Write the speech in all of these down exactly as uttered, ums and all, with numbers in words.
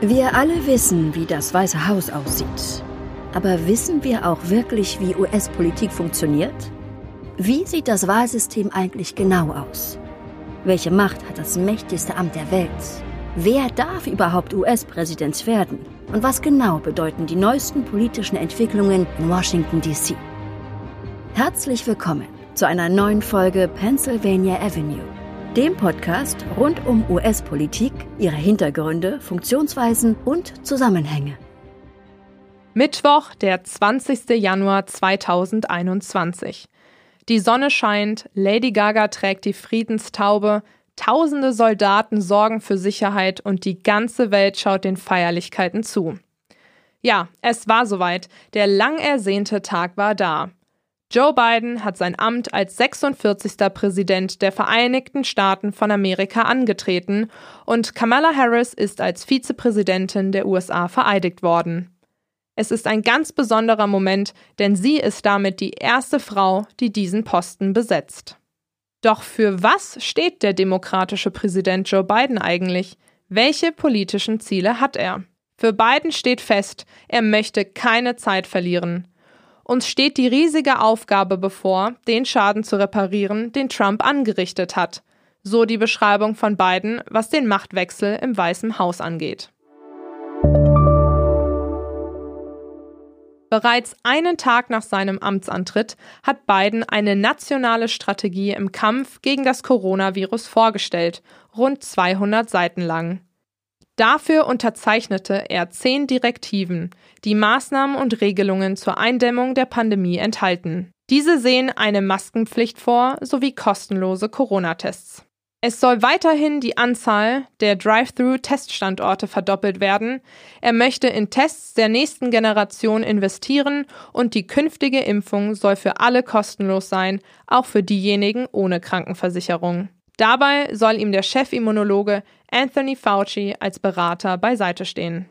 Wir alle wissen, wie das Weiße Haus aussieht. Aber wissen wir auch wirklich, wie U S-Politik funktioniert? Wie sieht das Wahlsystem eigentlich genau aus? Welche Macht hat das mächtigste Amt der Welt? Wer darf überhaupt U S-Präsident werden? Und was genau bedeuten die neuesten politischen Entwicklungen in Washington D C? Herzlich willkommen zu einer neuen Folge Pennsylvania Avenue, dem Podcast rund um U S-Politik, ihre Hintergründe, Funktionsweisen und Zusammenhänge. Mittwoch, der zwanzigster Januar zweitausendeinundzwanzig. Die Sonne scheint, Lady Gaga trägt die Friedenstaube, tausende Soldaten sorgen für Sicherheit und die ganze Welt schaut den Feierlichkeiten zu. Ja, es war soweit, der lang ersehnte Tag war da. Joe Biden hat sein Amt als sechsundvierzigster Präsident der Vereinigten Staaten von Amerika angetreten und Kamala Harris ist als Vizepräsidentin der U S A vereidigt worden. Es ist ein ganz besonderer Moment, denn sie ist damit die erste Frau, die diesen Posten besetzt. Doch für was steht der demokratische Präsident Joe Biden eigentlich? Welche politischen Ziele hat er? Für Biden steht fest, er möchte keine Zeit verlieren. Uns steht die riesige Aufgabe bevor, den Schaden zu reparieren, den Trump angerichtet hat. So die Beschreibung von Biden, was den Machtwechsel im Weißen Haus angeht. Bereits einen Tag nach seinem Amtsantritt hat Biden eine nationale Strategie im Kampf gegen das Coronavirus vorgestellt, rund zweihundert Seiten lang. Dafür unterzeichnete er zehn Direktiven, die Maßnahmen und Regelungen zur Eindämmung der Pandemie enthalten. Diese sehen eine Maskenpflicht vor sowie kostenlose Corona-Tests. Es soll weiterhin die Anzahl der Drive-Thru-Teststandorte verdoppelt werden. Er möchte in Tests der nächsten Generation investieren und die künftige Impfung soll für alle kostenlos sein, auch für diejenigen ohne Krankenversicherung. Dabei soll ihm der Chefimmunologe Anthony Fauci als Berater beiseite stehen.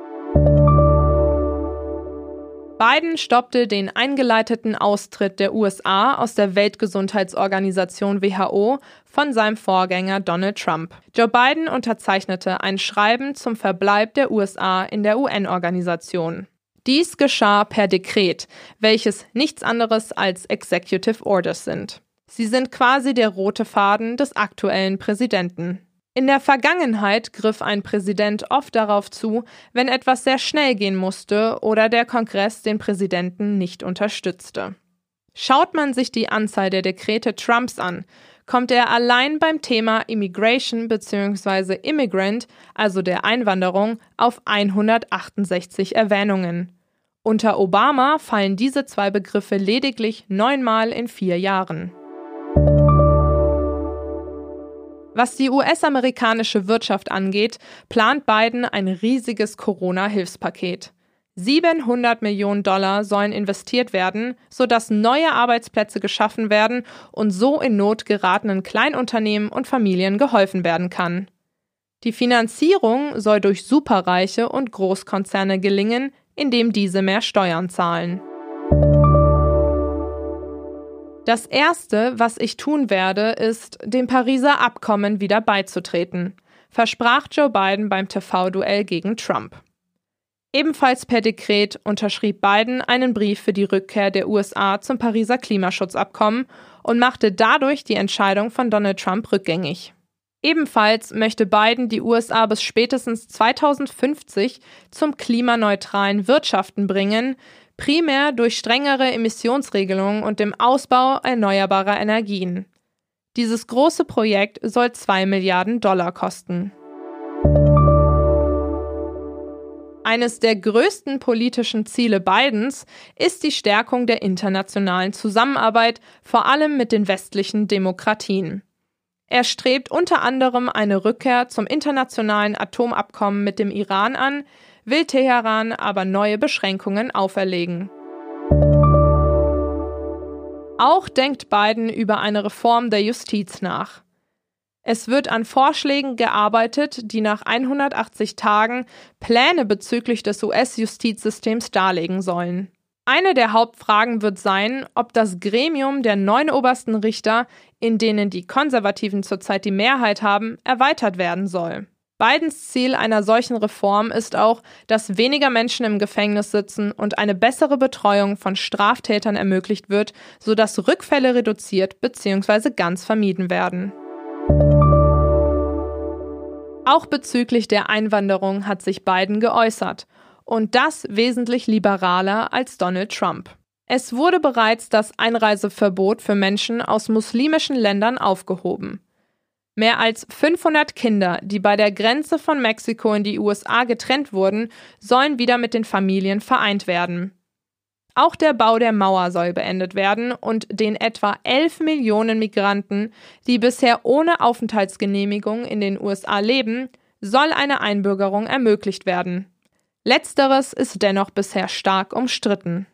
Biden stoppte den eingeleiteten Austritt der U S A aus der Weltgesundheitsorganisation W H O von seinem Vorgänger Donald Trump. Joe Biden unterzeichnete ein Schreiben zum Verbleib der U S A in der U N-Organisation. Dies geschah per Dekret, welches nichts anderes als Executive Orders sind. Sie sind quasi der rote Faden des aktuellen Präsidenten. In der Vergangenheit griff ein Präsident oft darauf zu, wenn etwas sehr schnell gehen musste oder der Kongress den Präsidenten nicht unterstützte. Schaut man sich die Anzahl der Dekrete Trumps an, kommt er allein beim Thema Immigration bzw. Immigrant, also der Einwanderung, auf hundertachtundsechzig Erwähnungen. Unter Obama fallen diese zwei Begriffe lediglich neunmal in vier Jahren. Was die U S-amerikanische Wirtschaft angeht, plant Biden ein riesiges Corona-Hilfspaket. siebenhundert Millionen Dollar sollen investiert werden, sodass neue Arbeitsplätze geschaffen werden und so in Not geratenen Kleinunternehmen und Familien geholfen werden kann. Die Finanzierung soll durch Superreiche und Großkonzerne gelingen, indem diese mehr Steuern zahlen. Das Erste, was ich tun werde, ist, dem Pariser Abkommen wieder beizutreten, versprach Joe Biden beim T V-Duell gegen Trump. Ebenfalls per Dekret unterschrieb Biden einen Brief für die Rückkehr der U S A zum Pariser Klimaschutzabkommen und machte dadurch die Entscheidung von Donald Trump rückgängig. Ebenfalls möchte Biden die U S A bis spätestens zweitausendfünfzig zum klimaneutralen Wirtschaften bringen, primär durch strengere Emissionsregelungen und dem Ausbau erneuerbarer Energien. Dieses große Projekt soll zwei Milliarden Dollar kosten. Eines der größten politischen Ziele Bidens ist die Stärkung der internationalen Zusammenarbeit, vor allem mit den westlichen Demokratien. Er strebt unter anderem eine Rückkehr zum internationalen Atomabkommen mit dem Iran an, will Teheran aber neue Beschränkungen auferlegen. Auch denkt Biden über eine Reform der Justiz nach. Es wird an Vorschlägen gearbeitet, die nach hundertachtzig Tagen Pläne bezüglich des U S-Justizsystems darlegen sollen. Eine der Hauptfragen wird sein, ob das Gremium der neun obersten Richter, in denen die Konservativen zurzeit die Mehrheit haben, erweitert werden soll. Bidens Ziel einer solchen Reform ist auch, dass weniger Menschen im Gefängnis sitzen und eine bessere Betreuung von Straftätern ermöglicht wird, sodass Rückfälle reduziert bzw. ganz vermieden werden. Auch bezüglich der Einwanderung hat sich Biden geäußert. Und das wesentlich liberaler als Donald Trump. Es wurde bereits das Einreiseverbot für Menschen aus muslimischen Ländern aufgehoben. Mehr als fünfhundert Kinder, die bei der Grenze von Mexiko in die U S A getrennt wurden, sollen wieder mit den Familien vereint werden. Auch der Bau der Mauer soll beendet werden und den etwa elf Millionen Migranten, die bisher ohne Aufenthaltsgenehmigung in den U S A leben, soll eine Einbürgerung ermöglicht werden. Letzteres ist dennoch bisher stark umstritten.